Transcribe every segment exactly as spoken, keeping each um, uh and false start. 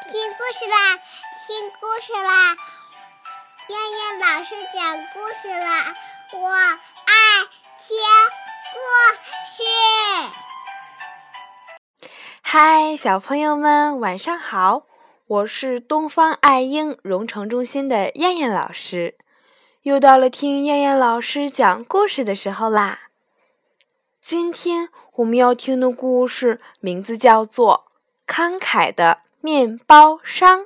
听故事啦，听故事啦！燕燕老师讲故事啦，我爱听故事。嗨，小朋友们，晚上好！我是东方爱婴蓉城中心的燕燕老师，又到了听燕燕老师讲故事的时候啦。今天我们要听的故事名字叫做《慷慨的面包商》。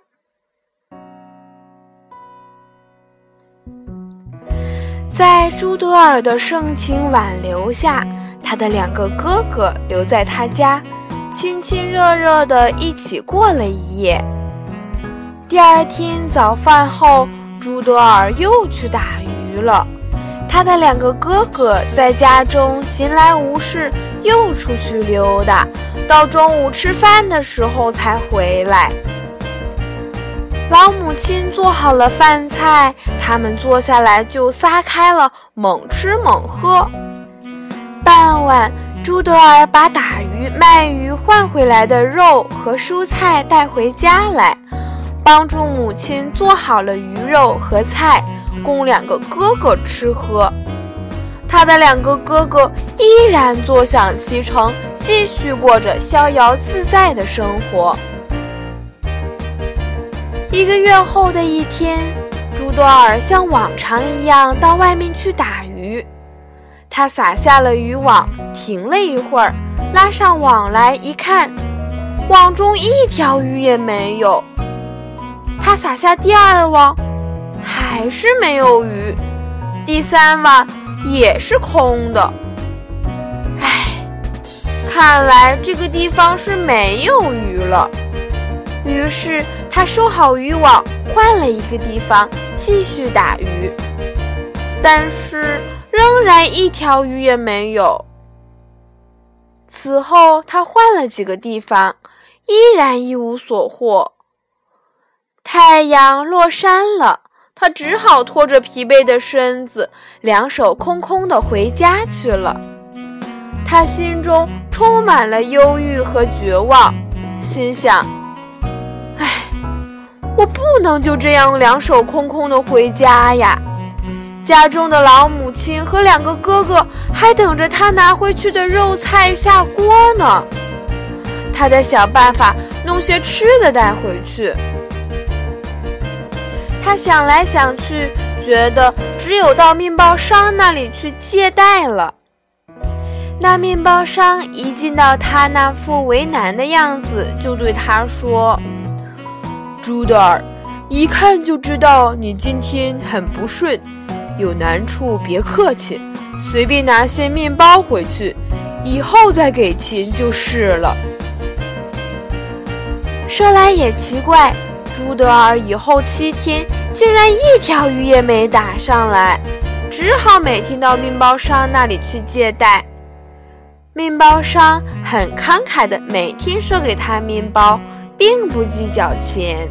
在朱德尔的盛情挽留下，他的两个哥哥留在他家，亲亲热热地一起过了一夜。第二天早饭后，朱德尔又去打鱼了。他的两个哥哥在家中闲来无事，又出去溜达，到中午吃饭的时候才回来。老母亲做好了饭菜，他们坐下来就撒开了，猛吃猛喝。傍晚，朱德尔把打鱼卖鱼换回来的肉和蔬菜带回家来，帮助母亲做好了鱼肉和菜，供两个哥哥吃喝。他的两个哥哥依然坐享其成，继续过着逍遥自在的生活。一个月后的一天，朱德尔像往常一样到外面去打鱼。他撒下了渔网，停了一会儿，拉上网来一看，网中一条鱼也没有。他撒下第二网，还是没有鱼，第三网也是空的。唉，看来这个地方是没有鱼了。于是他收好渔网，换了一个地方继续打鱼，但是仍然一条鱼也没有。此后他换了几个地方，依然一无所获。太阳落山了，他只好拖着疲惫的身子，两手空空地回家去了。他心中充满了忧郁和绝望，心想：唉，我不能就这样两手空空地回家呀！家中的老母亲和两个哥哥还等着他拿回去的肉菜下锅呢。他得想办法弄些吃的带回去。他想来想去，觉得只有到面包商那里去借贷了。那面包商一见到他那副为难的样子，就对他说：朱德尔，一看就知道你今天很不顺，有难处别客气，随便拿些面包回去，以后再给钱就是了。说来也奇怪，朱德尔以后七天竟然一条鱼也没打上来，只好每天到面包商那里去借贷。面包商很慷慨地每天赊给他面包，并不计较钱。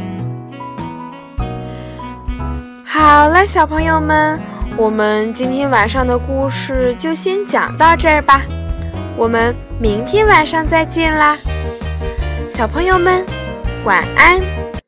好了，小朋友们，我们今天晚上的故事就先讲到这儿吧，我们明天晚上再见啦，小朋友们晚安。